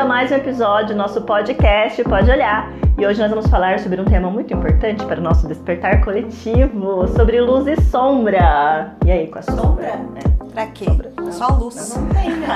mais um episódio do nosso podcast Pode Olhar. E hoje nós vamos falar sobre um tema muito importante para o nosso despertar coletivo, sobre luz e sombra. E aí, com a sombra? Pra quê? Sombra. Só luz. Não tem, né?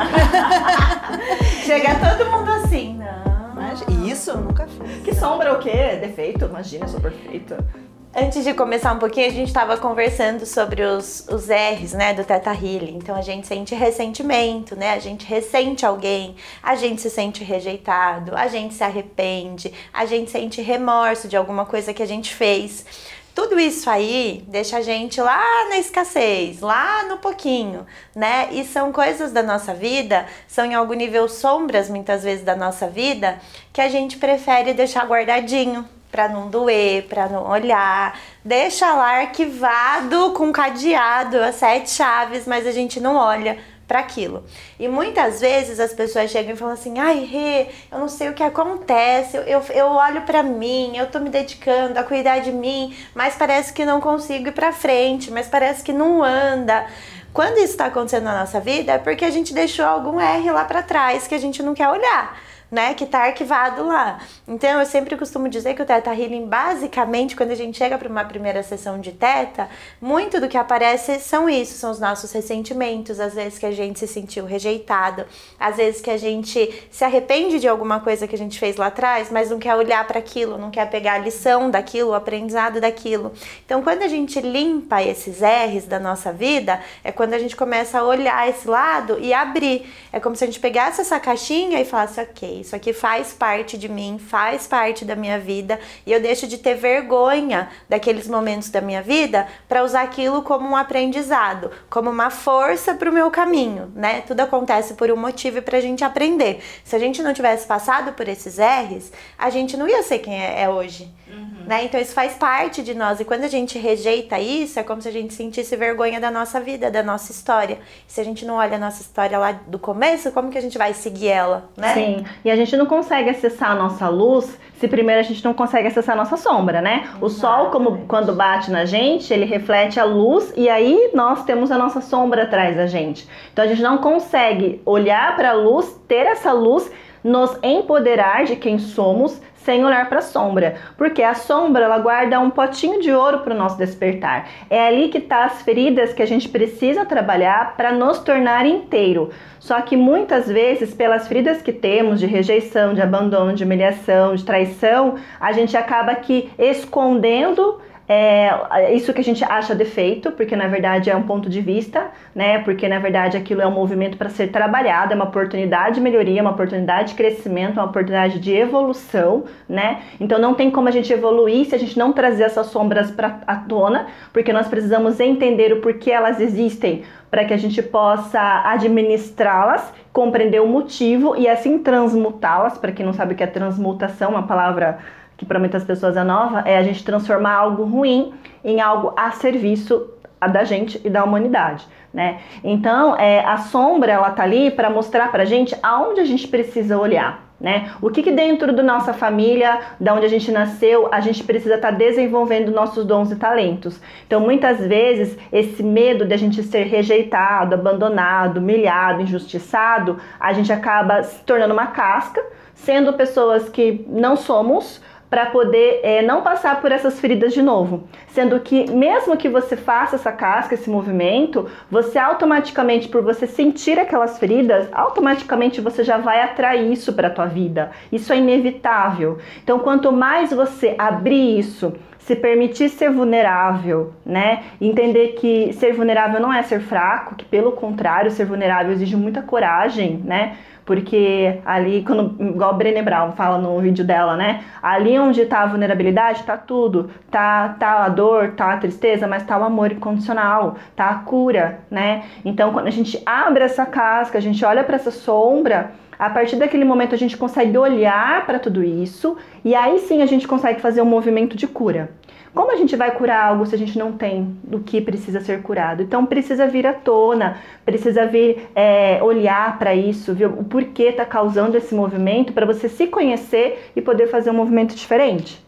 Chega todo mundo assim, não. Mas isso eu nunca fiz. Que sombra é o quê? Defeito? Imagina, eu sou perfeita. Antes de começar um pouquinho, a gente estava conversando sobre os R's, né, do Theta Healing. Então a gente sente ressentimento, né? A gente ressente alguém, a gente se sente rejeitado, a gente se arrepende, a gente sente remorso de alguma coisa que a gente fez. Tudo isso aí deixa a gente lá na escassez, lá no pouquinho, né? E são coisas da nossa vida, são em algum nível sombras muitas vezes da nossa vida, que a gente prefere deixar guardadinho, pra não doer, pra não olhar, deixa lá arquivado com cadeado, as 7 chaves, mas a gente não olha para aquilo. E muitas vezes as pessoas chegam e falam assim: ai, Rê, eu não sei o que acontece, eu olho para mim, eu tô me dedicando a cuidar de mim, mas parece que não consigo ir para frente, mas parece que não anda. Quando isso está acontecendo na nossa vida é porque a gente deixou algum R lá para trás que a gente não quer olhar, né, que tá arquivado lá. Então eu sempre costumo dizer que o Theta Healing, basicamente, quando a gente chega para uma primeira sessão de Theta, muito do que aparece são isso, são os nossos ressentimentos, às vezes que a gente se sentiu rejeitado, às vezes que a gente se arrepende de alguma coisa que a gente fez lá atrás, mas não quer olhar para aquilo, não quer pegar a lição daquilo, o aprendizado daquilo. Então quando a gente limpa esses R's da nossa vida, é quando a gente começa a olhar esse lado e abrir. É como se a gente pegasse essa caixinha e falasse: ok, isso aqui faz parte de mim, faz parte da minha vida, e eu deixo de ter vergonha daqueles momentos da minha vida para usar aquilo como um aprendizado, como uma força para o meu caminho, né? Tudo acontece por um motivo e pra gente aprender. Se a gente não tivesse passado por esses R's, a gente não ia ser quem é hoje. Né? Então isso faz parte de nós, e quando a gente rejeita isso, é como se a gente sentisse vergonha da nossa vida, da nossa história. E se a gente não olha a nossa história lá do começo, como que a gente vai seguir ela, né? Sim, e a gente não consegue acessar a nossa luz se primeiro a gente não consegue acessar a nossa sombra, né? O sol, quando bate na gente, ele reflete a luz, e aí nós temos a nossa sombra atrás da gente. Então a gente não consegue olhar para a luz, ter essa luz, nos empoderar de quem somos, sem olhar para a sombra, porque a sombra, ela guarda um potinho de ouro para o nosso despertar. É ali que tá as feridas que a gente precisa trabalhar para nos tornar inteiro. Só que muitas vezes, pelas feridas que temos de rejeição, de abandono, de humilhação, de traição, a gente acaba aqui escondendo isso que a gente acha defeito, porque na verdade é um ponto de vista, né? Porque na verdade aquilo é um movimento para ser trabalhado, é uma oportunidade de melhoria, uma oportunidade de crescimento, uma oportunidade de evolução, né? Então não tem como a gente evoluir se a gente não trazer essas sombras para a tona, porque nós precisamos entender o porquê elas existem, para que a gente possa administrá-las, compreender o motivo e assim transmutá-las. Para quem não sabe o que é transmutação, uma palavra que para muitas pessoas é nova, é a gente transformar algo ruim em algo a serviço da gente e da humanidade, né? Então, a sombra, ela tá ali para mostrar pra gente aonde a gente precisa olhar, né? O que dentro da nossa família, da onde a gente nasceu, a gente precisa estar desenvolvendo nossos dons e talentos. Então, muitas vezes, esse medo de a gente ser rejeitado, abandonado, humilhado, injustiçado, a gente acaba se tornando uma casca, sendo pessoas que não somos, para poder não passar por essas feridas de novo. Sendo que mesmo que você faça essa casca, esse movimento, você automaticamente, por você sentir aquelas feridas, automaticamente você já vai atrair isso para a tua vida. Isso é inevitável. Então, quanto mais você abrir isso, se permitir ser vulnerável, né? Entender que ser vulnerável não é ser fraco, que pelo contrário, ser vulnerável exige muita coragem, né? Porque ali, igual a Brené Brown fala no vídeo dela, né? Ali onde tá a vulnerabilidade, tá tudo. Tá a dor, tá a tristeza, mas tá o amor incondicional, tá a cura, né? Então, quando a gente abre essa casca, a gente olha para essa sombra, a partir daquele momento a gente consegue olhar para tudo isso, e aí sim a gente consegue fazer um movimento de cura. Como a gente vai curar algo se a gente não tem do que precisa ser curado? Então precisa vir à tona, precisa vir olhar para isso, ver o porquê está causando esse movimento, para você se conhecer e poder fazer um movimento diferente.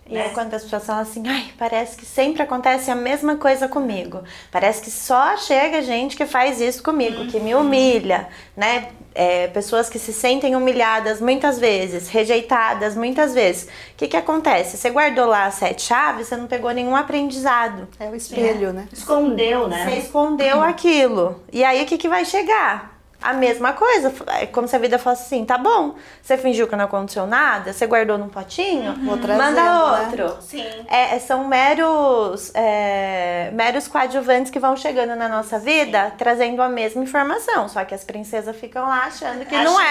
E aí quando as pessoas falam assim, ai, parece que sempre acontece a mesma coisa comigo. Parece que só chega gente que faz isso comigo, que me humilha, né? Pessoas que se sentem humilhadas muitas vezes, rejeitadas muitas vezes. O que acontece? Você guardou lá as 7 chaves, você não pegou nenhum aprendizado. É o espelho, né? Escondeu, né? Você escondeu aquilo. E aí o que vai chegar? A mesma coisa, é como se a vida fosse assim, tá bom, você fingiu que não aconteceu nada, você guardou num potinho, manda outro. Né? Sim. São meros coadjuvantes que vão chegando na nossa vida, trazendo a mesma informação, só que as princesas ficam lá achando que não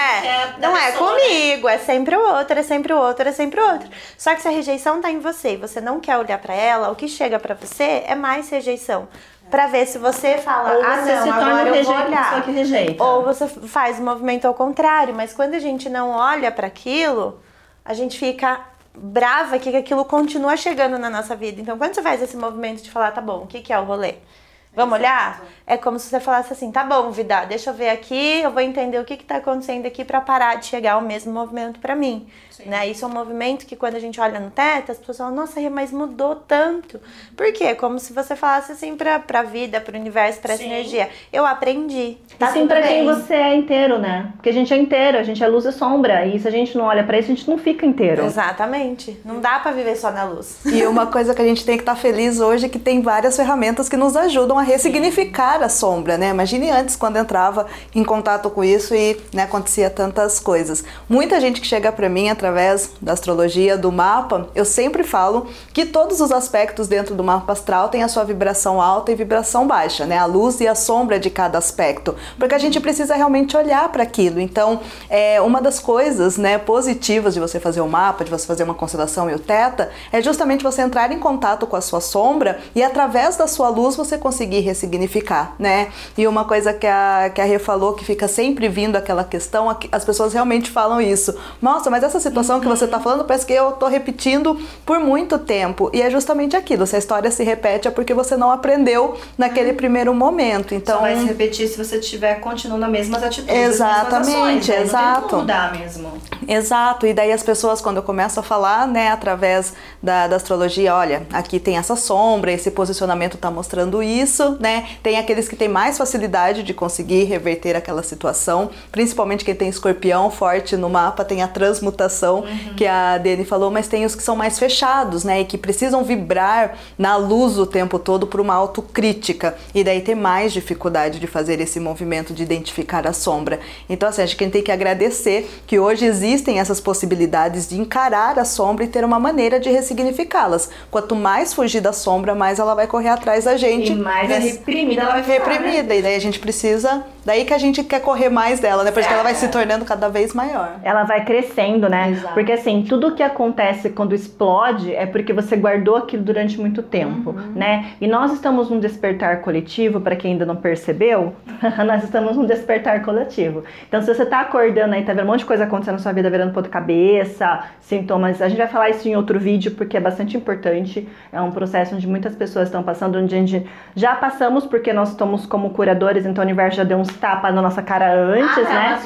é comigo, é sempre o outro, é sempre o outro, é sempre o outro. Só que se a rejeição tá em você e você não quer olhar pra ela, o que chega pra você é mais rejeição. Pra ver se você fala, ou você se torna agora eu vou olhar. Que rejeita. Ou você faz o movimento ao contrário, mas quando a gente não olha para aquilo, a gente fica brava que aquilo continua chegando na nossa vida. Então, quando você faz esse movimento de falar, tá bom, o que é o rolê? Vamos olhar? É como se você falasse assim, tá bom, vida, deixa eu ver aqui, eu vou entender o que tá acontecendo aqui pra parar de chegar o mesmo movimento pra mim. Né? Isso é um movimento que quando a gente olha no teto, as pessoas falam, nossa, mas mudou tanto. Por quê? Como se você falasse assim pra vida, pro universo, pra essa energia. Eu aprendi. Tá assim pra quem você é inteiro, né? Porque a gente é inteiro, a gente é luz e sombra. E se a gente não olha pra isso, a gente não fica inteiro. Exatamente. Não dá pra viver só na luz. E uma coisa que a gente tem que estar feliz hoje é que tem várias ferramentas que nos ajudam a ressignificar a sombra, né? Imagine antes, quando entrava em contato com isso e, né, acontecia tantas coisas. Muita gente que chega pra mim através da astrologia, do mapa, eu sempre falo que todos os aspectos dentro do mapa astral têm a sua vibração alta e vibração baixa, né? A luz e a sombra de cada aspecto, porque a gente precisa realmente olhar para aquilo. Então, uma das coisas, né, positivas de você fazer o mapa, de você fazer uma constelação e o teta, é justamente você entrar em contato com a sua sombra e através da sua luz você conseguir ressignificar, né? E uma coisa que a Rê falou, que fica sempre vindo aquela questão, as pessoas realmente falam isso. Nossa, mas essa situação que você está falando, parece que eu estou repetindo por muito tempo. E é justamente aquilo, se a história se repete é porque você não aprendeu naquele primeiro momento. Então, só vai se repetir se você estiver continuando as mesmas atitudes, exatamente, as mesmas ações, né? Exato. Não tem como mudar mesmo. Exato, e daí as pessoas, quando eu começo a falar, né, através da astrologia, olha, aqui tem essa sombra, esse posicionamento está mostrando isso, né? Tem aqueles que têm mais facilidade de conseguir reverter aquela situação, principalmente quem tem escorpião forte no mapa, tem a transmutação, que a Dani falou, mas tem os que são mais fechados, né, e que precisam vibrar na luz o tempo todo por uma autocrítica, e daí tem mais dificuldade de fazer esse movimento de identificar a sombra. Então, assim, acho que a gente tem que agradecer que hoje existem essas possibilidades de encarar a sombra e ter uma maneira de ressignificá-las. Quanto mais fugir da sombra, mais ela vai correr atrás da gente. E mais reprimida ela vai ficar, reprimida, né? E daí a gente precisa, daí que a gente quer correr mais dela, né? Porque ela vai se tornando cada vez maior. Ela vai crescendo, né? Exato. Porque assim, tudo que acontece quando explode é porque você guardou aquilo durante muito tempo, né? E nós estamos num despertar coletivo, para quem ainda não percebeu, nós estamos num despertar coletivo. Então, se você tá acordando aí, tá vendo um monte de coisa acontecendo na sua vida, virando ponta cabeça, sintomas, a gente vai falar isso em outro vídeo, porque é bastante importante. É um processo onde muitas pessoas estão passando, onde a gente já passamos, porque nós estamos como curadores, então o universo já deu uns tapas na nossa cara antes, né?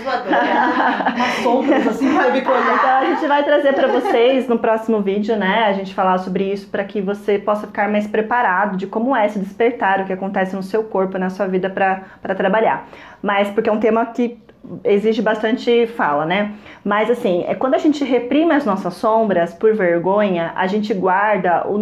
Umas sombras assim, sabe? Então a gente vai trazer para vocês no próximo vídeo, né, a gente falar sobre isso para que você possa ficar mais preparado de como é se despertar, o que acontece no seu corpo, na sua vida para trabalhar. Mas porque é um tema que exige bastante fala, né? Mas assim, quando a gente reprime as nossas sombras por vergonha, a gente guarda os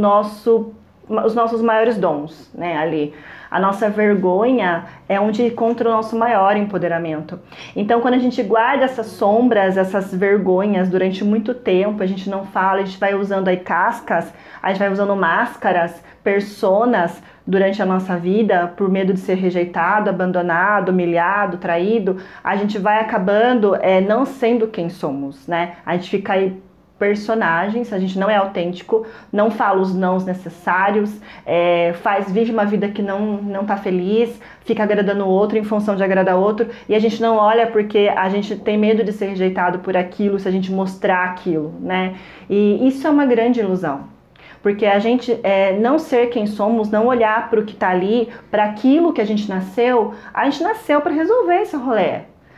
nossos maiores dons, né, ali. A nossa vergonha é onde encontra o nosso maior empoderamento. Então, quando a gente guarda essas sombras, essas vergonhas durante muito tempo, a gente não fala, a gente vai usando aí cascas, a gente vai usando máscaras, personas durante a nossa vida, por medo de ser rejeitado, abandonado, humilhado, traído, a gente vai acabando não sendo quem somos, né? A gente fica aí personagens, a gente não é autêntico, não fala os nãos necessários, vive uma vida que não tá feliz, fica agradando o outro em função de agradar o outro, e a gente não olha porque a gente tem medo de ser rejeitado por aquilo, se a gente mostrar aquilo, né? E isso é uma grande ilusão. Porque a gente não ser quem somos, não olhar para o que está ali, para aquilo que a gente nasceu para resolver esse rolê.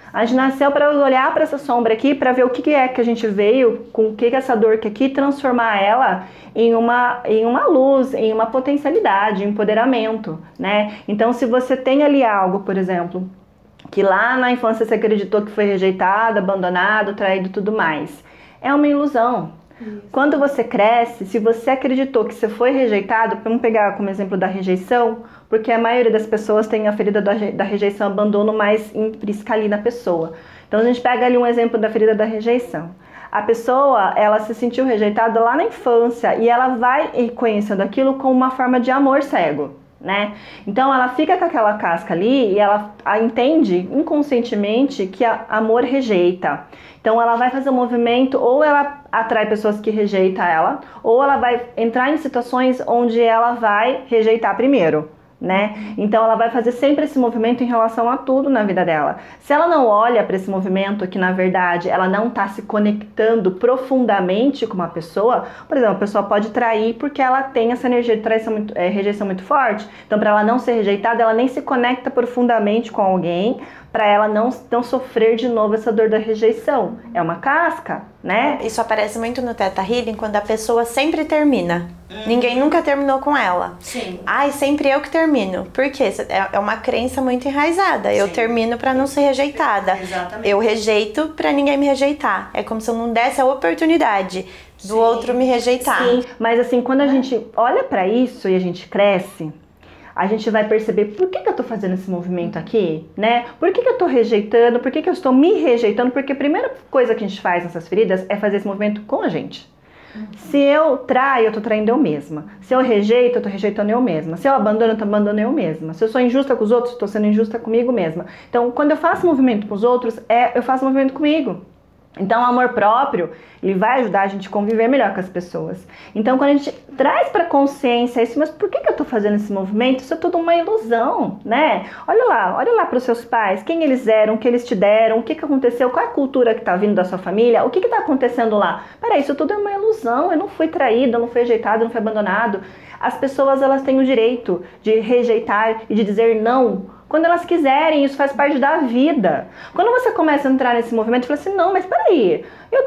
A gente nasceu para olhar para essa sombra aqui, para ver o que é que a gente veio, com o que essa dor que aqui, transformar ela em uma luz, em uma potencialidade, empoderamento, né? Então, se você tem ali algo, por exemplo, que lá na infância você acreditou que foi rejeitado, abandonado, traído e tudo mais, é uma ilusão. Isso. Quando você cresce, se você acreditou que você foi rejeitado, vamos pegar como exemplo da rejeição, porque a maioria das pessoas tem a ferida da rejeição, abandono mais intrínseca ali na pessoa. Então a gente pega ali um exemplo da ferida da rejeição. A pessoa, ela se sentiu rejeitada lá na infância e ela vai reconhecendo aquilo como uma forma de amor cego, né? Então ela fica com aquela casca ali e ela entende inconscientemente que amor rejeita. Então ela vai fazer um movimento, ou ela atrai pessoas que rejeitam ela, ou ela vai entrar em situações onde ela vai rejeitar primeiro, né? Então ela vai fazer sempre esse movimento em relação a tudo na vida dela. Se ela não olha para esse movimento que na verdade ela não está se conectando profundamente com uma pessoa, por exemplo, a pessoa pode trair porque ela tem essa energia de traição rejeição muito forte. Então para ela não ser rejeitada, ela nem se conecta profundamente com alguém, para ela não sofrer de novo essa dor da rejeição. É uma casca, né? Isso aparece muito no Theta Healing quando a pessoa sempre termina. Ninguém nunca terminou com ela. Sim. Ai, sempre eu que termino. Por quê? É uma crença muito enraizada. Eu termino para não ser rejeitada. Exatamente. Eu rejeito para ninguém me rejeitar. É como se eu não desse a oportunidade do outro me rejeitar. Sim, mas assim, quando a gente olha para isso e a gente cresce, a gente vai perceber por que eu tô fazendo esse movimento aqui, né? Por que eu tô rejeitando? Por que eu estou me rejeitando? Porque a primeira coisa que a gente faz nessas feridas é fazer esse movimento com a gente. Se eu traio, eu tô traindo eu mesma. Se eu rejeito, eu tô rejeitando eu mesma. Se eu abandono, eu tô abandonando eu mesma. Se eu sou injusta com os outros, eu tô sendo injusta comigo mesma. Então, quando eu faço movimento com os outros, eu faço movimento comigo. Então, o amor próprio, ele vai ajudar a gente a conviver melhor com as pessoas. Então, quando a gente traz para consciência isso, mas por que eu tô fazendo esse movimento? Isso é tudo uma ilusão, né? Olha lá para os seus pais, quem eles eram, o que eles te deram, o que aconteceu, qual é a cultura que tá vindo da sua família, o que tá acontecendo lá? Peraí, isso tudo é uma ilusão, eu não fui traída, eu não fui rejeitado, eu não fui abandonado. As pessoas, elas têm o direito de rejeitar e de dizer não quando elas quiserem, isso faz parte da vida. Quando você começa a entrar nesse movimento, você fala assim, não, mas peraí, eu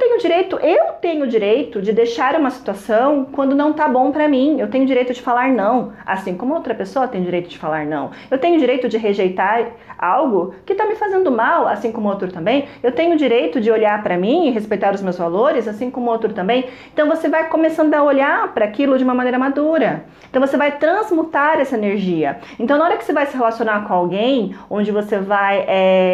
tenho direito de deixar uma situação quando não tá bom pra mim. Eu tenho direito de falar não, assim como outra pessoa tem direito de falar não. Eu tenho direito de rejeitar algo que tá me fazendo mal, assim como outro também. Eu tenho direito de olhar pra mim e respeitar os meus valores, assim como outro também. Então você vai começando a olhar para aquilo de uma maneira madura. Então você vai transmutar essa energia. Então na hora que você vai se relacionar com alguém, onde você vai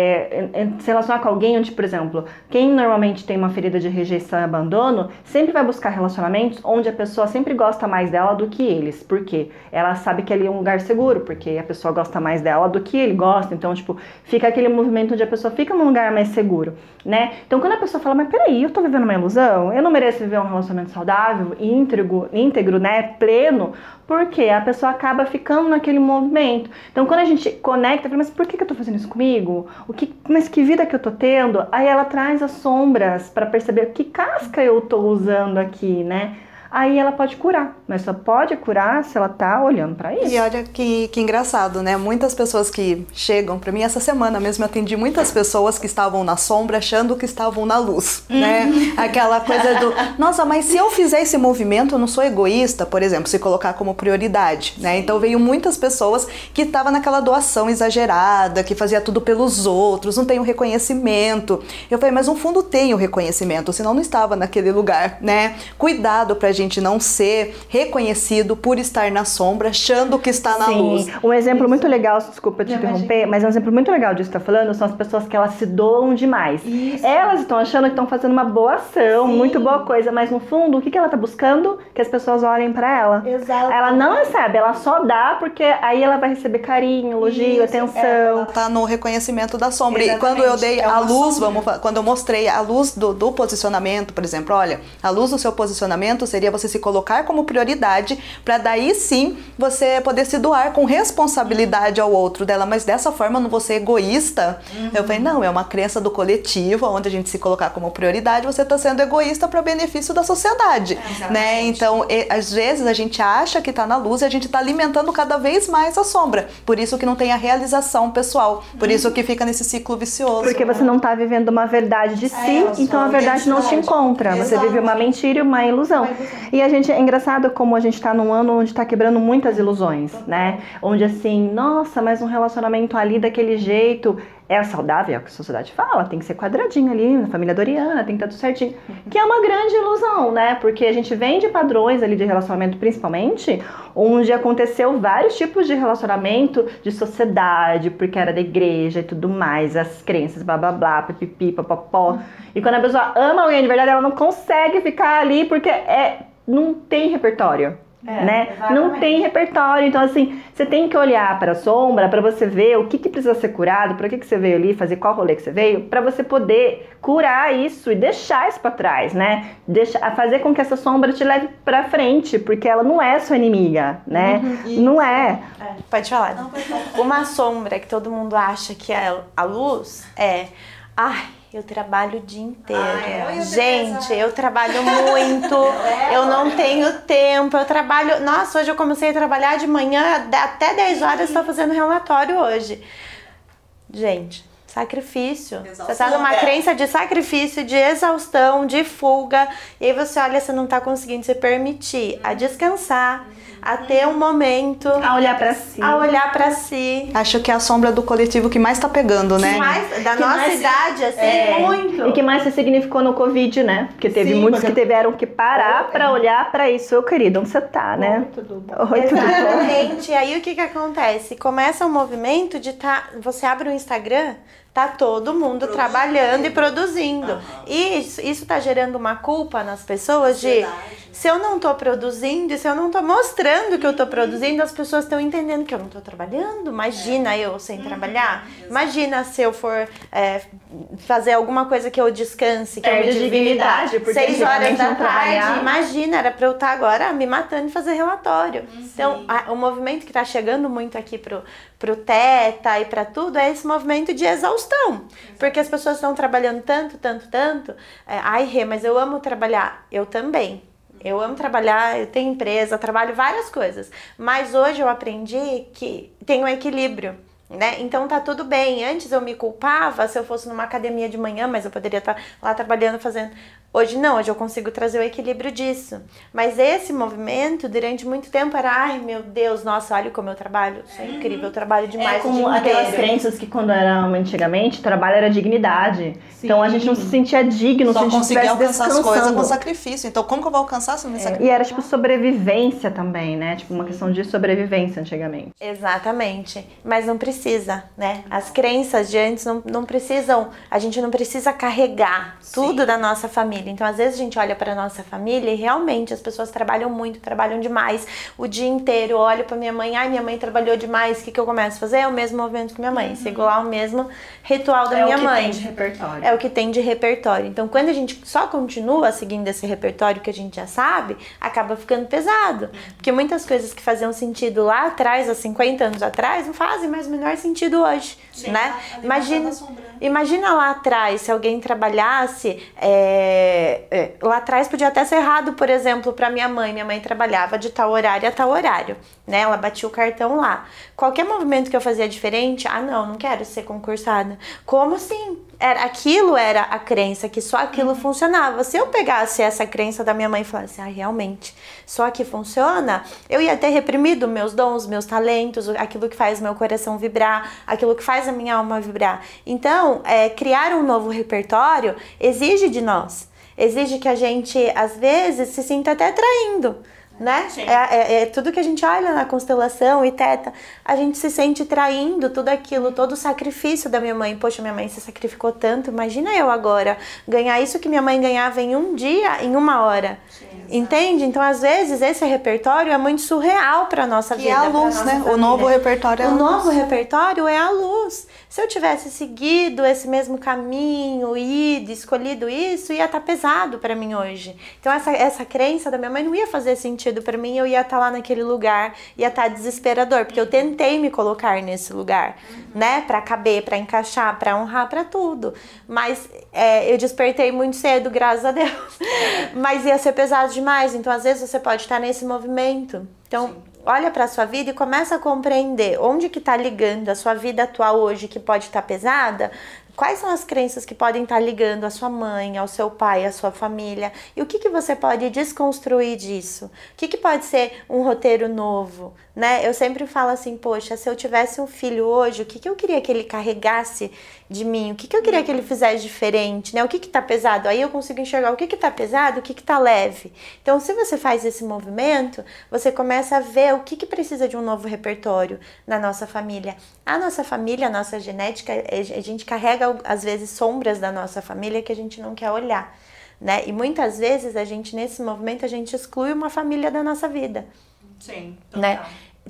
se relacionar com alguém onde, por exemplo, quem normalmente tem uma ferida de rejeição e abandono, sempre vai buscar relacionamentos onde a pessoa sempre gosta mais dela do que eles. Por quê? Ela sabe que ali é um lugar seguro, porque a pessoa gosta mais dela do que ele gosta. Então, tipo, fica aquele movimento onde a pessoa fica num lugar mais seguro, né? Então, quando a pessoa fala, mas peraí, eu tô vivendo uma ilusão? Eu não mereço viver um relacionamento saudável, íntegro, né? Pleno, porque a pessoa acaba ficando naquele movimento. Então, quando a gente conecta, fala, mas por que eu tô fazendo isso comigo? Mas que vida que eu tô tendo? Aí ela traz as sombras para perceber que casca eu tô usando aqui, né? Aí ela pode curar, mas só pode curar se ela tá olhando pra isso. E olha que engraçado, né? Muitas pessoas que chegam pra mim, essa semana mesmo eu atendi muitas pessoas que estavam na sombra achando que estavam na luz, né? Aquela coisa do, nossa, mas se eu fizer esse movimento, eu não sou egoísta, por exemplo, se colocar como prioridade, né? Então veio muitas pessoas que estavam naquela doação exagerada, que fazia tudo pelos outros, não tem o reconhecimento. Eu falei, mas no fundo tem o reconhecimento, senão não estava naquele lugar, né? Cuidado pra gente não ser reconhecido por estar na sombra, achando que está na luz. Um exemplo muito legal, desculpa te interromper, mas um exemplo muito legal disso que você está falando são as pessoas que elas se doam demais. Isso. Elas estão achando que estão fazendo uma boa ação, muito boa coisa, mas no fundo, o que ela está buscando? Que as pessoas olhem para ela. Exato. Ela não recebe, ela só dá porque aí ela vai receber carinho, elogio, atenção. Ela está no reconhecimento da sombra. Exatamente. E quando eu dei a luz, quando eu mostrei a luz do posicionamento, por exemplo, olha, a luz do seu posicionamento seria seria você se colocar como prioridade, para daí sim você poder se doar com responsabilidade ao outro dela, mas dessa forma eu não vou ser egoísta. Eu falei, não, é uma crença do coletivo, onde a gente se colocar como prioridade, você está sendo egoísta para benefício da sociedade, né? Então, às vezes a gente acha que está na luz e a gente está alimentando cada vez mais a sombra, por isso que não tem a realização pessoal, por isso que fica nesse ciclo vicioso. Porque você não está vivendo uma verdade de si, então a verdade não te encontra. Exato. Você vive uma mentira e uma ilusão. E a gente, é engraçado como a gente está num ano onde está quebrando muitas ilusões, né? Onde assim, nossa, mas um relacionamento ali daquele jeito é saudável, é o que a sociedade fala, tem que ser quadradinho ali, na família Doriana, tem que estar tudo certinho. Que é uma grande ilusão, né? Porque a gente vem de padrões ali de relacionamento, principalmente, onde aconteceu vários tipos de relacionamento de sociedade, porque era da igreja e tudo mais, as crenças, blá blá blá, pipipi, papapó. E quando a pessoa ama alguém de verdade, ela não consegue ficar ali porque não tem repertório. Né? Não tem repertório, então assim, você tem que olhar para a sombra para você ver o que precisa ser curado, para que você veio ali, fazer qual rolê que você veio, para você poder curar isso e deixar isso para trás, né? Fazer com que essa sombra te leve para frente, porque ela não é sua inimiga, né? Não é. Pode falar. Não, pode falar. Uma sombra que todo mundo acha que é a luz eu trabalho o dia inteiro. Gente, eu trabalho muito, eu não tenho tempo, eu trabalho... Nossa, hoje eu comecei a trabalhar de manhã, até 10 horas estou fazendo relatório hoje. Gente, sacrifício. Exaustão, você tá numa crença de sacrifício, de exaustão, de fuga, e aí você olha, você não tá conseguindo se permitir a descansar, a ter um momento... A olhar pra si. A olhar pra si. Acho que é a sombra do coletivo que mais tá pegando, né? Da nossa idade, assim, muito. E que mais se significou no Covid, né? Porque teve muitos que tiveram que parar pra olhar pra isso. Ô, querido, onde você tá, né? Tudo bom. Oi, tudo bom? Exatamente. E aí, o que acontece? Começa um movimento de você abre o Instagram... Tá todo mundo trabalhando e produzindo. E isso tá gerando uma culpa nas pessoas de... Se eu não tô produzindo, se eu não tô mostrando que eu tô produzindo, as pessoas estão entendendo que eu não tô trabalhando. Imagina eu sem trabalhar. Imagina se eu for fazer alguma coisa que eu descanse, que eu me dignidade, 6 horas da tarde. Imagina, era pra eu estar agora me matando e fazer relatório. Então, o movimento que tá chegando muito aqui pro Teta e pra tudo é esse movimento de exaustão. Porque as pessoas estão trabalhando tanto. Ai, Rê, mas eu amo trabalhar. Eu também. Eu amo trabalhar, eu tenho empresa, trabalho várias coisas. Mas hoje eu aprendi que tem um equilíbrio, né? Então tá tudo bem. Antes eu me culpava se eu fosse numa academia de manhã, mas eu poderia estar lá trabalhando, fazendo... Hoje não, hoje eu consigo trazer o equilíbrio disso. Mas esse movimento, durante muito tempo, era... Ai, meu Deus, nossa, olha como eu trabalho. Isso é incrível, eu trabalho demais. Como aquelas crenças que quando eram antigamente, trabalho era dignidade. Sim. Então a gente não se sentia digno, só se a gente conseguia alcançar as coisas com descansando. sacrifício. Então como que eu vou alcançar se não me sacrificar? E era tipo sobrevivência também, né? Tipo uma questão de sobrevivência antigamente. Exatamente. Mas não precisa, né? As crenças de antes não precisam... A gente não precisa carregar tudo da nossa família. Então, às vezes, a gente olha para nossa família e realmente as pessoas trabalham muito, trabalham demais o dia inteiro. Eu olho para minha mãe, minha mãe trabalhou demais, o que eu começo a fazer? É o mesmo movimento que minha mãe, sigo lá o mesmo ritual da minha mãe. É o que tem de repertório. É o que tem de repertório. Então, quando a gente só continua seguindo esse repertório que a gente já sabe, acaba ficando pesado. Porque muitas coisas que faziam sentido lá atrás, há 50 anos atrás, não fazem mais o menor sentido hoje, né? Imagina lá atrás, se alguém trabalhasse... lá atrás podia até ser errado, por exemplo, para minha mãe trabalhava de tal horário a tal horário, né? Ela batia o cartão lá. Qualquer movimento que eu fazia diferente, não quero ser concursada. Como assim? Aquilo era a crença, que só aquilo funcionava. Se eu pegasse essa crença da minha mãe e falasse, realmente, só aqui funciona, eu ia ter reprimido meus dons, meus talentos, aquilo que faz meu coração vibrar, aquilo que faz a minha alma vibrar. Então, criar um novo repertório exige de nós. Exige que a gente, às vezes, se sinta até traindo, né? Tudo que a gente olha na constelação e Teta, a gente se sente traindo tudo aquilo, todo o sacrifício da minha mãe. Poxa, minha mãe se sacrificou tanto, imagina eu agora ganhar isso que minha mãe ganhava em um dia, em 1 hora. Entende? Então, às vezes, esse repertório é muito surreal para nossa vida. E é a luz, né? O novo repertório é a luz. O novo repertório é a luz. Se eu tivesse seguido esse mesmo caminho, ido, escolhido isso, ia estar pesado para mim hoje. Então essa crença da minha mãe não ia fazer sentido para mim, eu ia estar lá naquele lugar, ia estar desesperador, porque eu tentei me colocar nesse lugar, né, para caber, para encaixar, para honrar, para tudo. Mas eu despertei muito cedo, graças a Deus. Mas ia ser pesado demais, então às vezes você pode estar nesse movimento. Então, olha para a sua vida e começa a compreender onde que está ligando a sua vida atual hoje, que pode estar pesada. Quais são as crenças que podem estar ligando a sua mãe, ao seu pai, à sua família? E o que você pode desconstruir disso? O que pode ser um roteiro novo, né? Eu sempre falo assim, poxa, se eu tivesse um filho hoje, o que eu queria que ele carregasse de mim? O que eu queria que ele fizesse diferente, né? O que tá pesado? Aí eu consigo enxergar o que tá pesado, o que tá leve. Então, se você faz esse movimento, você começa a ver o que precisa de um novo repertório na nossa família. A nossa família, a nossa genética, a gente carrega às vezes sombras da nossa família que a gente não quer olhar, né? E muitas vezes nesse movimento a gente exclui uma família da nossa vida. Sim, total. Né?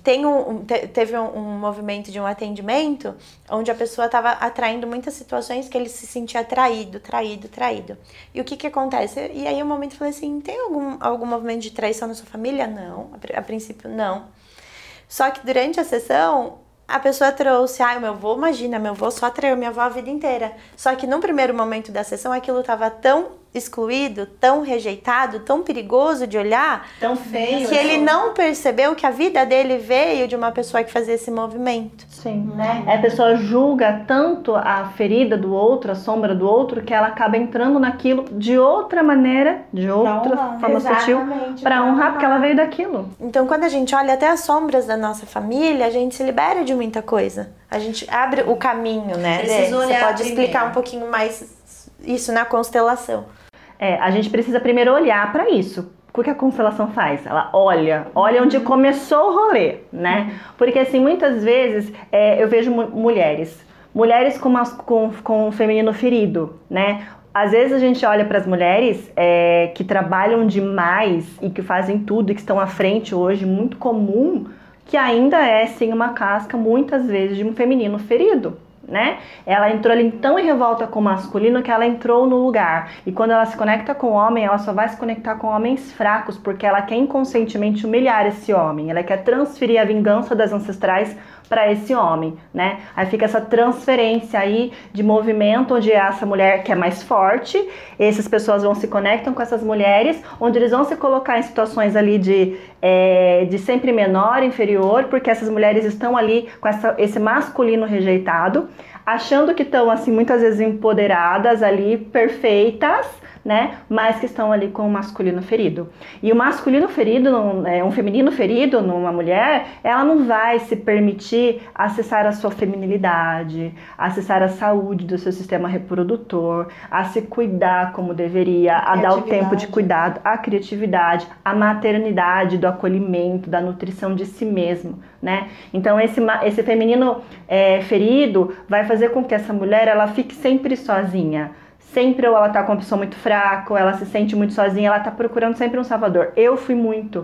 Teve um movimento de um atendimento onde a pessoa estava atraindo muitas situações que ele se sentia traído. E o que acontece? E aí, um momento eu falei assim, tem algum movimento de traição na sua família? Não, a princípio não. Só que durante a sessão, a pessoa trouxe, meu avô só traiu minha avó a vida inteira. Só que no primeiro momento da sessão, aquilo estava tão excluído, tão rejeitado, tão perigoso de olhar, tão feio, que ele não percebeu que a vida dele veio de uma pessoa que fazia esse movimento. Sim, né? A pessoa julga tanto a ferida do outro, a sombra do outro, que ela acaba entrando naquilo de outra maneira, de outra forma sutil, para honrar, porque ela veio daquilo. Então, quando a gente olha até as sombras da nossa família, a gente se libera de muita coisa. A gente abre o caminho, né? Precisa olhar Você pode primeiro. explicar um pouquinho mais isso na constelação? A gente precisa primeiro olhar para isso. O que a constelação faz? Ela olha onde começou o rolê, né? Porque assim, muitas vezes eu vejo mulheres com o feminino ferido, né? Às vezes a gente olha para as mulheres que trabalham demais e que fazem tudo e que estão à frente hoje, muito comum, que ainda é sim uma casca, muitas vezes, de um feminino ferido. Né? Ela entrou ali tão em revolta com o masculino que ela entrou no lugar. E quando ela se conecta com o homem, ela só vai se conectar com homens fracos, porque ela quer inconscientemente humilhar esse homem. Ela quer transferir a vingança das ancestrais para esse homem, né? Aí fica essa transferência aí de movimento, onde essa mulher que é mais forte, essas pessoas se conectam com essas mulheres, onde eles vão se colocar em situações ali de sempre menor, inferior, porque essas mulheres estão ali com esse masculino rejeitado, achando que estão assim muitas vezes empoderadas ali, perfeitas, né? Mas que estão ali com o masculino ferido. E o masculino ferido, um feminino ferido numa mulher, ela não vai se permitir acessar a sua feminilidade, acessar a saúde do seu sistema reprodutor, a se cuidar como deveria, a dar o tempo de cuidado, a criatividade, a maternidade, do acolhimento, da nutrição de si mesmo, né? Então esse feminino ferido vai fazer com que essa mulher ela fique sempre sozinha. Sempre ou ela tá com uma pessoa muito fraca, ou ela se sente muito sozinha, ela tá procurando sempre um salvador. Eu fui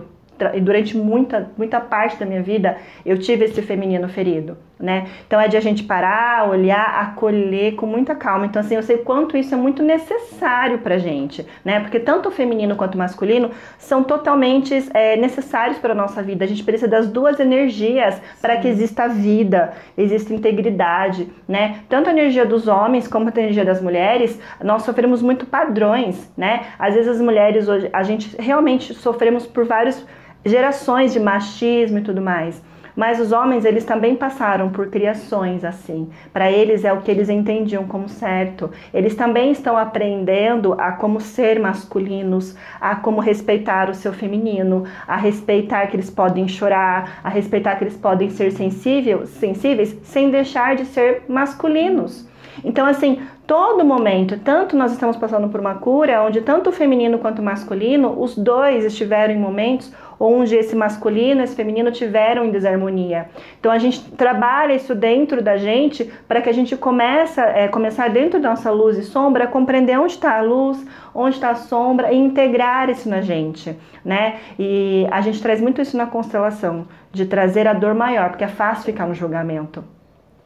e durante muita parte da minha vida, eu tive esse feminino ferido, né? Então é de a gente parar, olhar, acolher com muita calma. Então assim, eu sei quanto isso é muito necessário pra gente, né? Porque tanto o feminino quanto o masculino são totalmente necessários para a nossa vida. A gente precisa das duas energias para que exista vida, exista integridade, né? Tanto a energia dos homens como a energia das mulheres, nós sofremos muito padrões, né? Às vezes as mulheres hoje, a gente realmente sofremos por várias gerações de machismo e tudo mais. Mas os homens, eles também passaram por criações assim. Para eles é o que eles entendiam como certo. Eles também estão aprendendo a como ser masculinos, a como respeitar o seu feminino, a respeitar que eles podem chorar, a respeitar que eles podem ser sensíveis sem deixar de ser masculinos. Então, assim, todo momento, tanto nós estamos passando por uma cura, onde tanto o feminino quanto o masculino, os dois estiveram em momentos onde esse masculino e esse feminino tiveram em desarmonia. Então, a gente trabalha isso dentro da gente para que a gente começar dentro da nossa luz e sombra a compreender onde está a luz, onde está a sombra e integrar isso na gente, né? E a gente traz muito isso na constelação, de trazer a dor maior, porque é fácil ficar no julgamento.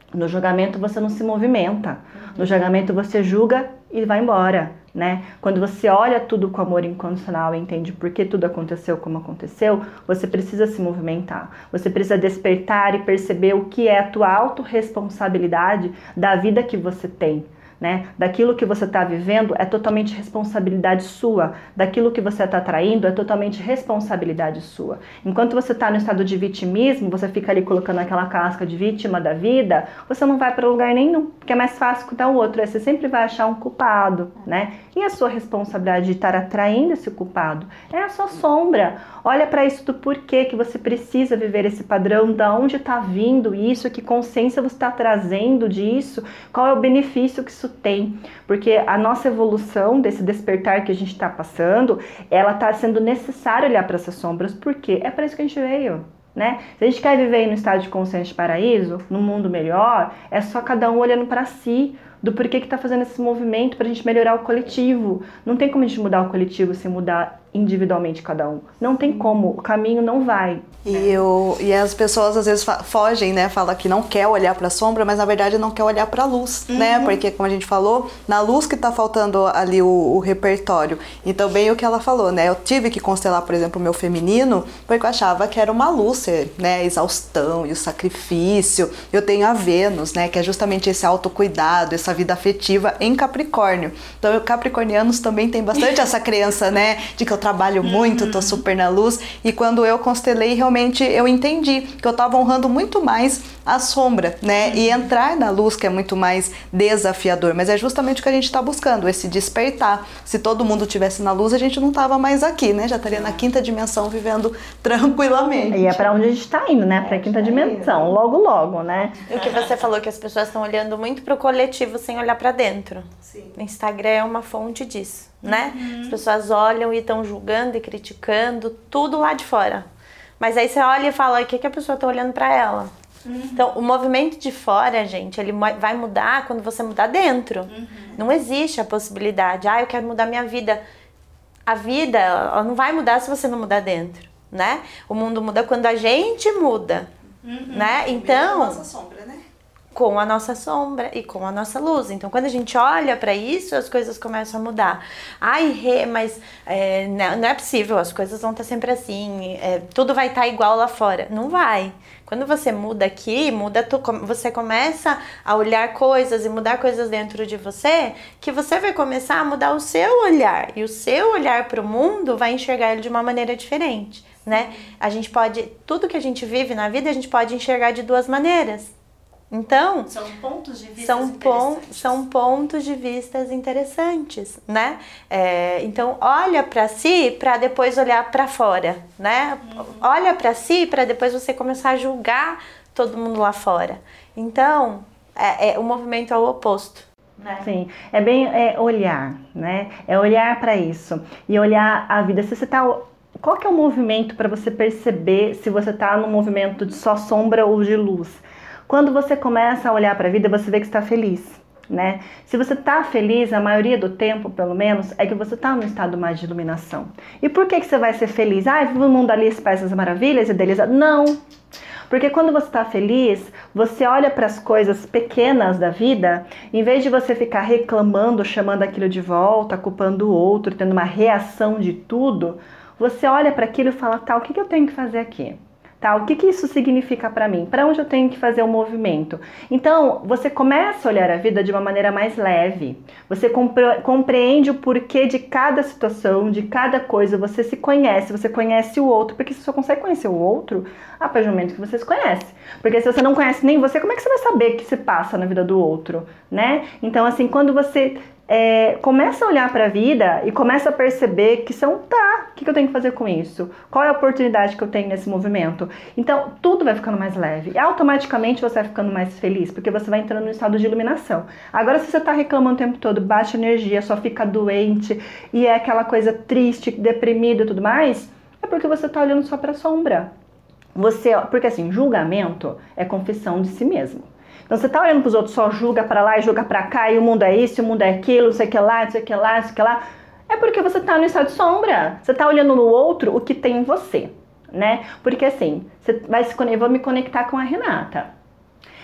No julgamento você não se movimenta. No julgamento você julga e vai embora, né? Quando você olha tudo com amor incondicional e entende por que tudo aconteceu como aconteceu, você precisa se movimentar. Você precisa despertar e perceber o que é a tua autorresponsabilidade da vida que você tem. Né? Daquilo que você está vivendo é totalmente responsabilidade sua. Daquilo que você está atraindo é totalmente responsabilidade sua. Enquanto você está no estado de vitimismo, você fica ali colocando aquela casca de vítima da vida, você não vai para lugar nenhum, porque é mais fácil escutar o outro. Aí você sempre vai achar um culpado, né? E a sua responsabilidade de estar atraindo esse culpado é a sua sombra. Olha para isso do porquê que você precisa viver esse padrão, da onde está vindo isso, que consciência você está trazendo disso, qual é o benefício que isso tem. Porque a nossa evolução, desse despertar que a gente está passando, ela está sendo necessário olhar para essas sombras, porque é para isso que a gente veio. Né? Se a gente quer viver no estado de consciência de paraíso, num mundo melhor, é só cada um olhando para si, do porquê que está fazendo esse movimento para a gente melhorar o coletivo. Não tem como a gente mudar o coletivo sem mudar individualmente cada um. Não tem como, o caminho não vai. E as pessoas às vezes fogem, né? Fala que não quer olhar para a sombra, mas na verdade não quer olhar para a luz, né? Porque, como a gente falou, na luz que tá faltando ali o repertório. Então, bem o que ela falou, né? Eu tive que constelar, por exemplo, o meu feminino, porque eu achava que era uma luz, né? A exaustão e o sacrifício. Eu tenho a Vênus, né? Que é justamente esse autocuidado, essa vida afetiva em Capricórnio. Então, capricornianos também tem bastante essa crença, né? De que eu trabalho muito, tô super na luz. E quando eu constelei, realmente eu entendi que eu estava honrando muito mais a sombra, né? E entrar na luz, que é muito mais desafiador. Mas é justamente o que a gente está buscando, esse despertar. Se todo mundo estivesse na luz, a gente não estava mais aqui, né? Já estaria na quinta dimensão vivendo tranquilamente. E é para onde a gente está indo, né? Para a quinta dimensão, logo, logo, né? E o que você falou, que as pessoas estão olhando muito pro coletivo sem olhar para dentro. Sim. O Instagram é uma fonte disso, né? As pessoas olham e estão julgando e criticando tudo lá de fora. Mas aí você olha e fala, o que a pessoa está olhando para ela? Então, o movimento de fora, gente, ele vai mudar quando você mudar dentro. Não existe a possibilidade, eu quero mudar minha vida. A vida, ela não vai mudar se você não mudar dentro, né? O mundo muda quando a gente muda, né? Então, nossa sombra, né? Com a nossa sombra e com a nossa luz. Então, quando a gente olha para isso, as coisas começam a mudar. Mas não é possível, as coisas vão estar sempre assim, tudo vai estar igual lá fora. Não vai. Quando você muda aqui, você começa a olhar coisas e mudar coisas dentro de você, que você vai começar a mudar o seu olhar. E o seu olhar para o mundo vai enxergar ele de uma maneira diferente, né? A gente pode, tudo que a gente vive na vida, a gente pode enxergar de duas maneiras. Então, são pontos de vista são pontos de vista interessantes, né? Então, olha para si para depois olhar para fora, né? Olha para si para depois você começar a julgar todo mundo lá fora. Então, o movimento é o oposto. Né? Sim, é bem olhar, né? É olhar para isso e olhar a vida. Se você tá, qual que é o movimento para você perceber se você está num movimento de só sombra ou de luz? Quando você começa a olhar para a vida, você vê que está feliz, né? Se você está feliz, a maioria do tempo, pelo menos, é que você está num estado mais de iluminação. E por que você vai ser feliz? Vive o mundo ali, faz as maravilhas, idealiza. Não! Porque quando você está feliz, você olha para as coisas pequenas da vida, em vez de você ficar reclamando, chamando aquilo de volta, culpando o outro, tendo uma reação de tudo, você olha para aquilo e fala, o que eu tenho que fazer aqui? O que isso significa para mim? Para onde eu tenho que fazer o movimento? Então, você começa a olhar a vida de uma maneira mais leve. Você compreende o porquê de cada situação, de cada coisa. Você se conhece, você conhece o outro. Porque você só consegue conhecer o outro a partir do momento que você se conhece. Porque se você não conhece nem você, como é que você vai saber o que se passa na vida do outro, né? Então, assim, quando você começa a olhar para a vida e começa a perceber que o que eu tenho que fazer com isso? Qual é a oportunidade que eu tenho nesse movimento? Então, tudo vai ficando mais leve. E automaticamente você vai ficando mais feliz, porque você vai entrando no estado de iluminação. Agora, se você está reclamando o tempo todo, baixa energia, só fica doente, e é aquela coisa triste, deprimida e tudo mais, é porque você está olhando só para a sombra. Porque assim, julgamento é confissão de si mesmo. Então você tá olhando pros outros, só julga pra lá e julga pra cá, e o mundo é isso, o mundo é aquilo, não sei o que lá, não sei o que lá, não sei o que lá. É porque você tá no estado de sombra. Você tá olhando no outro o que tem em você, né? Porque assim, eu vou me conectar com a Renata.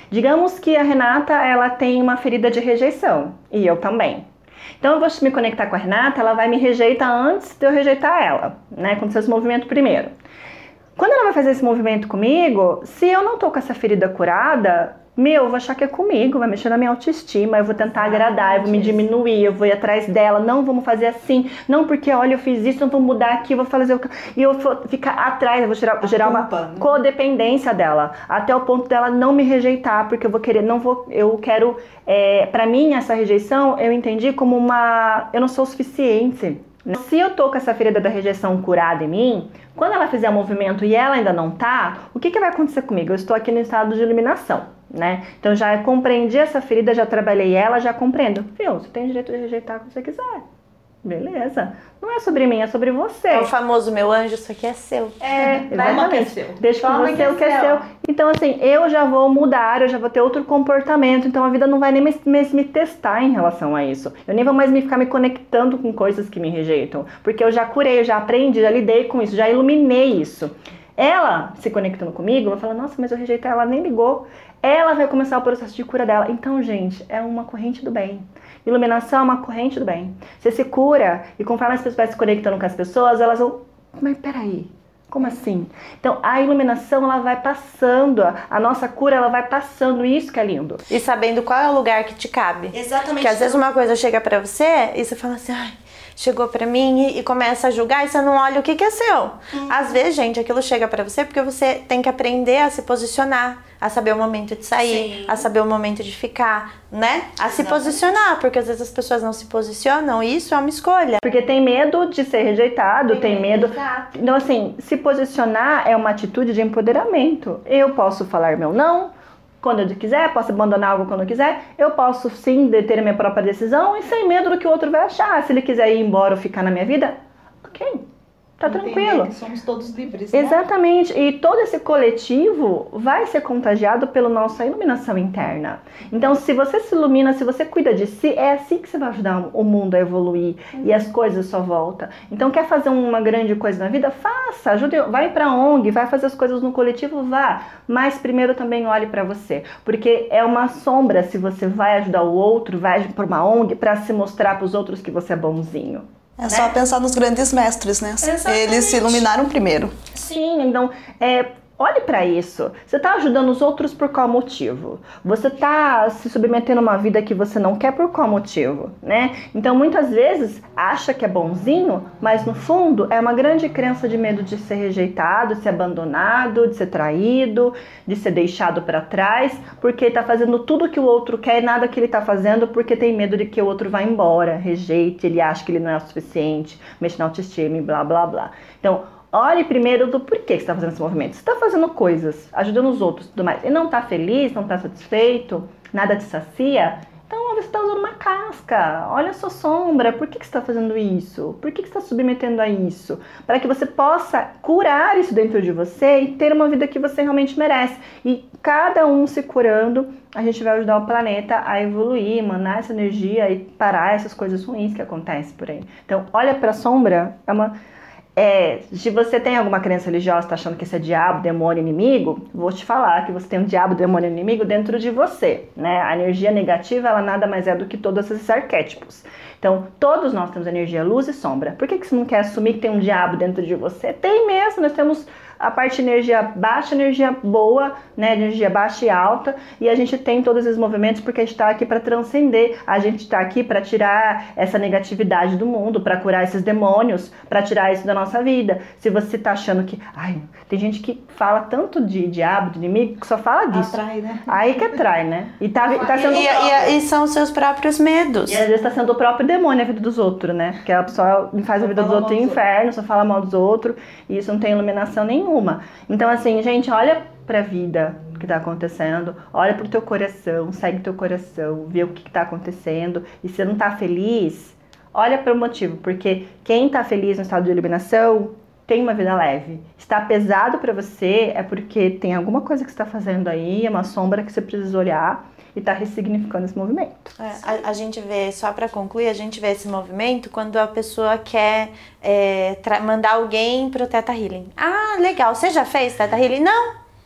Digamos que a Renata, ela tem uma ferida de rejeição, e eu também. Então eu vou me conectar com a Renata, ela vai me rejeitar antes de eu rejeitar ela, né? Acontecer esse movimento primeiro. Quando ela vai fazer esse movimento comigo, se eu não tô com essa ferida curada, eu vou achar que é comigo, vai mexer na minha autoestima, eu vou tentar agradar, eu vou me diminuir, eu vou ir atrás dela, não vamos fazer assim, não porque olha, eu fiz isso, não vou mudar aqui, eu vou fazer o que... E eu vou ficar atrás, eu vou gerar uma codependência dela, até o ponto dela não me rejeitar, porque eu vou querer, eu quero, pra mim essa rejeição, eu entendi como eu não sou o suficiente. Se eu tô com essa ferida da rejeição curada em mim, quando ela fizer o movimento e ela ainda não tá, o que vai acontecer comigo? Eu estou aqui no estado de iluminação, né? Então já compreendi essa ferida, já trabalhei ela, já compreendo. Viu, você tem direito de rejeitar o que você quiser. Beleza. Não é sobre mim, é sobre você. É o famoso meu anjo, isso aqui é seu. Exatamente. Deixa com você o que é seu. Então, assim, eu já vou mudar, eu já vou ter outro comportamento, então a vida não vai nem me testar em relação a isso. Eu nem vou mais ficar me conectando com coisas que me rejeitam, porque eu já curei, eu já aprendi, já lidei com isso, já iluminei isso. Ela se conectando comigo, vai falar, nossa, mas eu rejeitei ela, nem ligou. Ela vai começar o processo de cura dela. Então, gente, é uma corrente do bem. Iluminação é uma corrente do bem. Você se cura e conforme as pessoas vai se conectando com as pessoas, elas vão... Mas peraí, como assim? Então, a iluminação, ela vai passando. A nossa cura, ela vai passando. Isso que é lindo. E sabendo qual é o lugar que te cabe. Exatamente. Porque às vezes uma coisa chega pra você e você fala assim... Ai, chegou pra mim e começa a julgar e você não olha o que é seu. Às vezes, gente, aquilo chega pra você porque você tem que aprender a se posicionar, a saber o momento de sair, Sim. a saber o momento de ficar, né? A se posicionar, porque às vezes as pessoas não se posicionam e isso é uma escolha. Porque tem medo de ser rejeitado, tem medo... Exato. Então, assim, se posicionar é uma atitude de empoderamento. Eu posso falar meu não quando eu quiser, posso abandonar algo quando eu quiser, eu posso sim ter a minha própria decisão e sem medo do que o outro vai achar. Se ele quiser ir embora ou ficar na minha vida, ok, tá tranquilo. Que somos todos livres, né? Exatamente, e todo esse coletivo vai ser contagiado pela nossa iluminação interna. Então, se você se ilumina, se você cuida de si, é assim que você vai ajudar o mundo a evoluir e as coisas só voltam. Então, quer fazer uma grande coisa na vida? Faça, ajude, vai pra ONG, vai fazer as coisas no coletivo, vá. Mas primeiro também olhe pra você, porque é uma sombra se você vai ajudar o outro, vai pra uma ONG pra se mostrar pros outros que você é bonzinho. É só pensar nos grandes mestres, né? Exatamente. Eles se iluminaram primeiro. Sim, então, olhe para isso. Você está ajudando os outros por qual motivo? Você está se submetendo a uma vida que você não quer por qual motivo, né? Então, muitas vezes, acha que é bonzinho, mas no fundo é uma grande crença de medo de ser rejeitado, de ser abandonado, de ser traído, de ser deixado para trás, porque está fazendo tudo que o outro quer e nada que ele está fazendo porque tem medo de que o outro vá embora, rejeite, ele acha que ele não é o suficiente, mexe na autoestima e blá, blá, blá. Então, olhe primeiro do porquê que você está fazendo esse movimento. Você está fazendo coisas, ajudando os outros e tudo mais, e não está feliz, não está satisfeito, nada te sacia, então você está usando uma casca. Olha a sua sombra, por que você está fazendo isso? Por que você está submetendo a isso? Para que você possa curar isso dentro de você e ter uma vida que você realmente merece. E cada um se curando, a gente vai ajudar o planeta a evoluir, emanar essa energia e parar essas coisas ruins que acontecem por aí. Então, olha para a sombra, se você tem alguma crença religiosa, tá achando que esse é diabo, demônio, inimigo, vou te falar que você tem um diabo, demônio, inimigo dentro de você, né? A energia negativa, ela nada mais é do que todos esses arquétipos. Então, todos nós temos energia luz e sombra. Por que você não quer assumir que tem um diabo dentro de você? Tem mesmo, nós temos a parte de energia baixa, energia boa, né, energia baixa e alta, e a gente tem todos esses movimentos porque a gente está aqui para transcender, a gente está aqui para tirar essa negatividade do mundo, para curar esses demônios, para tirar isso da nossa vida. Se você está achando que, tem gente que fala tanto de diabo, de inimigo, que só fala disso. Atrai, né? Aí que atrai, né? E tá sendo E são os seus próprios medos. E às vezes tá sendo o próprio demônio a vida dos outros, né? Porque a pessoa faz a vida dos outros inferno, só fala mal dos outros, e isso não tem iluminação nenhuma. Então, assim, gente, olha pra vida que tá acontecendo, olha pro teu coração, segue teu coração, vê o que tá acontecendo, e se não tá feliz, olha pro motivo, porque quem tá feliz no estado de iluminação tem uma vida leve. Está pesado pra você é porque tem alguma coisa que você tá fazendo aí, é uma sombra que você precisa olhar e tá ressignificando esse movimento. A gente vê, só para concluir, a gente vê esse movimento quando a pessoa quer mandar alguém pro Theta Healing. Ah, legal, você já fez Theta Healing? Não!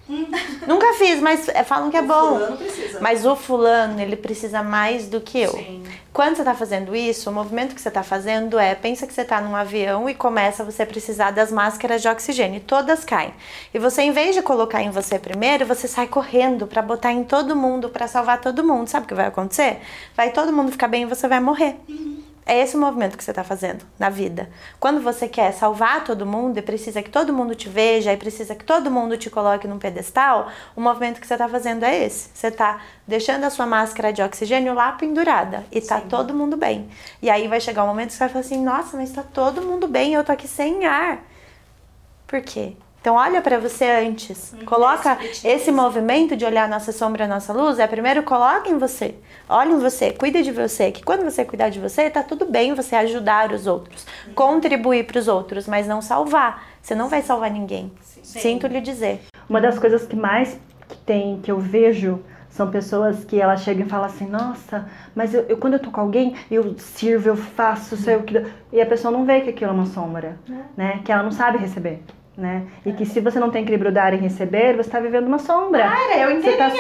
Nunca fiz, mas falam que é bom. Fulano precisa. Mas o fulano, ele precisa mais do que eu. Sim. Quando você tá fazendo isso, o movimento que você tá fazendo pensa que você tá num avião e começa você precisar das máscaras de oxigênio. E todas caem. E você, em vez de colocar em você primeiro, você sai correndo pra botar em todo mundo, pra salvar todo mundo. Sabe o que vai acontecer? Vai todo mundo ficar bem e você vai morrer. É esse o movimento que você está fazendo na vida. Quando você quer salvar todo mundo e precisa que todo mundo te veja e precisa que todo mundo te coloque num pedestal, o movimento que você está fazendo é esse. Você está deixando a sua máscara de oxigênio lá pendurada e tá todo mundo bem. E aí vai chegar um momento que você vai falar assim, nossa, mas tá todo mundo bem, eu tô aqui sem ar. Por quê? Então olha para você antes, coloca esse movimento de olhar a nossa sombra e a nossa luz, primeiro coloca em você, olha em você, cuida de você, que quando você cuidar de você, tá tudo bem você ajudar os outros, contribuir para os outros, mas não salvar, você não vai salvar ninguém, sinto lhe dizer. Uma das coisas que mais que eu vejo são pessoas que elas chegam e falam assim, nossa, mas eu quando eu tô com alguém, eu sirvo, eu faço, sei o que, e a pessoa não vê que aquilo é uma sombra, né, que ela não sabe receber. Né? E que se você não tem equilíbrio dar e receber, você está vivendo uma sombra. Eu entendi. Você está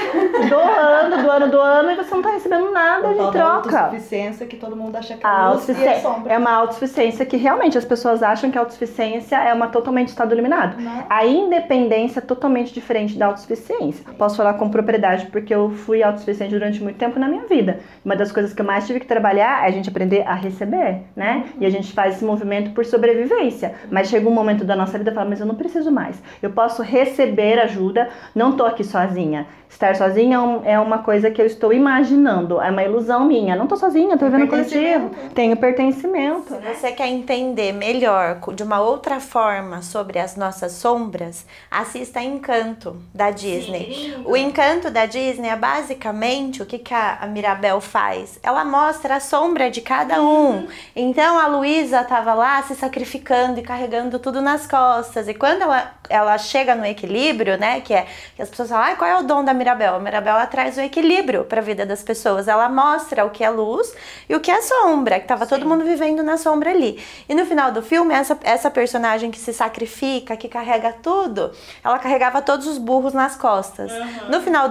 só doando e você não está recebendo nada de troca. A autossuficiência que todo mundo acha que é luz e é sombra. É uma autossuficiência que realmente as pessoas acham que a autossuficiência é uma totalmente estado iluminado. A independência é totalmente diferente da autossuficiência. Posso falar com propriedade porque eu fui autossuficiente durante muito tempo na minha vida. Uma das coisas que eu mais tive que trabalhar é a gente aprender a receber, né? E a gente faz esse movimento por sobrevivência. Mas chega um momento da nossa vida fala, mas eu não preciso mais. Eu posso receber ajuda, não tô aqui sozinha. Estar sozinha é uma coisa que eu estou imaginando, é uma ilusão minha. Não tô sozinha, tô vivendo coletivo, tenho pertencimento. Se você quer entender melhor, de uma outra forma, sobre as nossas sombras, assista Encanto, da Disney. Sim. O Encanto da Disney é basicamente o que a Mirabel faz. Ela mostra a sombra de cada um. Então a Luísa tava lá se sacrificando e carregando tudo nas costas. E quando ela chega no equilíbrio, né, que as pessoas falam, qual é o dom da Mirabel? A Mirabel, ela traz o equilíbrio para a vida das pessoas. Ela mostra o que é luz e o que é sombra, que tava todo mundo vivendo na sombra ali. E no final do filme, essa personagem que se sacrifica, que carrega tudo, ela carregava todos os burros nas costas. No final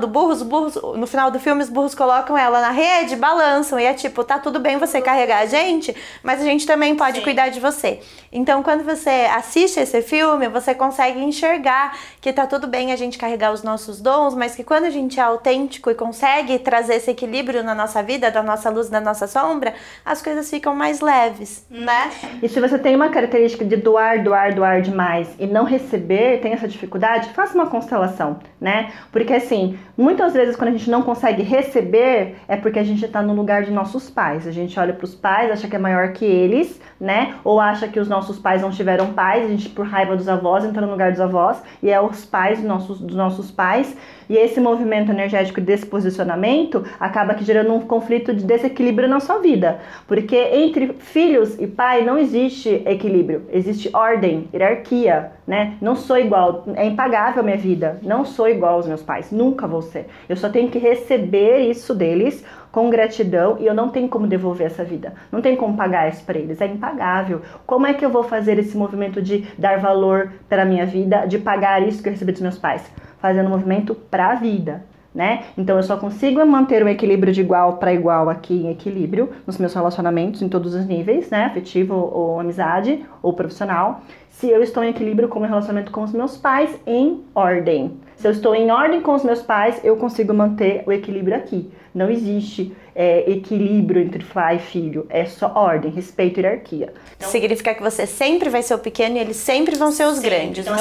no final do filme, os burros colocam ela na rede, balançam, e é tipo, tá tudo bem você carregar a gente, mas a gente também pode cuidar de você. Então, quando você assiste esse filme, você consegue enxergar que tá tudo bem a gente carregar os nossos dons, mas que quando a gente é autêntico e consegue trazer esse equilíbrio na nossa vida, da nossa luz, da nossa sombra, as coisas ficam mais leves, né? E se você tem uma característica de doar demais e não receber, tem essa dificuldade, faça uma constelação, né? Porque assim, muitas vezes quando a gente não consegue receber, é porque a gente tá no lugar de nossos pais. A gente olha pros pais, acha que é maior que eles, né? Ou acha que os nossos pais não tiveram pais, a gente por raiva dos avós entra no lugar dos avós, e é os pais dos nossos pais. E esse movimento energético desse posicionamento acaba que gerando um conflito de desequilíbrio na sua vida. Porque entre filhos e pai não existe equilíbrio, existe ordem, hierarquia, né? Não sou igual, é impagável a minha vida, não sou igual aos meus pais, nunca vou ser. Eu só tenho que receber isso deles com gratidão e eu não tenho como devolver essa vida, não tenho como pagar isso para eles, é impagável. Como é que eu vou fazer esse movimento de dar valor para a minha vida, de pagar isso que eu recebi dos meus pais? Fazendo um movimento para a vida, né? Então eu só consigo manter um equilíbrio de igual para igual aqui em equilíbrio nos meus relacionamentos em todos os níveis, né? Afetivo ou amizade ou profissional, se eu estou em equilíbrio com o meu relacionamento com os meus pais em ordem. Se eu estou em ordem com os meus pais, eu consigo manter o equilíbrio aqui. Não existe equilíbrio entre pai e filho, é só ordem, respeito e hierarquia. Então, significa que você sempre vai ser o pequeno e eles sempre vão ser os grandes, então,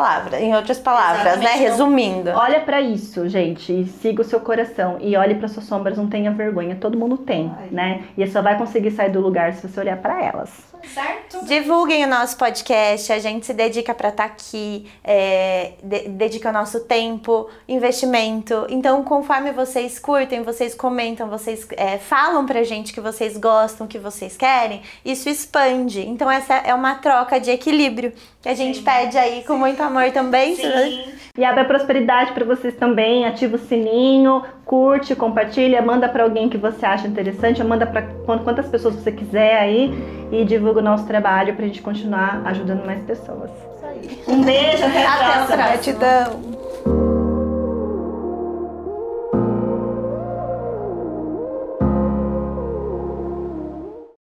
em outras palavras, né? Resumindo. Olha pra isso, gente, e siga o seu coração e olhe para suas sombras, não tenha vergonha, todo mundo tem, né? E só vai conseguir sair do lugar se você olhar para elas. Certo? Divulguem o nosso podcast, a gente se dedica para estar aqui, dedica o nosso tempo, investimento. Então, conforme vocês curtem, vocês comentam, vocês falam pra gente que vocês gostam, que vocês querem, isso expande. Então, essa é uma troca de equilíbrio que a gente pede aí com muito amor também. Sim. E abre a prosperidade para vocês também, ativa o sininho, curte, compartilha, manda para alguém que você acha interessante, manda para quantas pessoas você quiser aí e divulga o nosso trabalho pra gente continuar ajudando mais pessoas. Isso aí. Um beijo, até a próxima. Gratidão.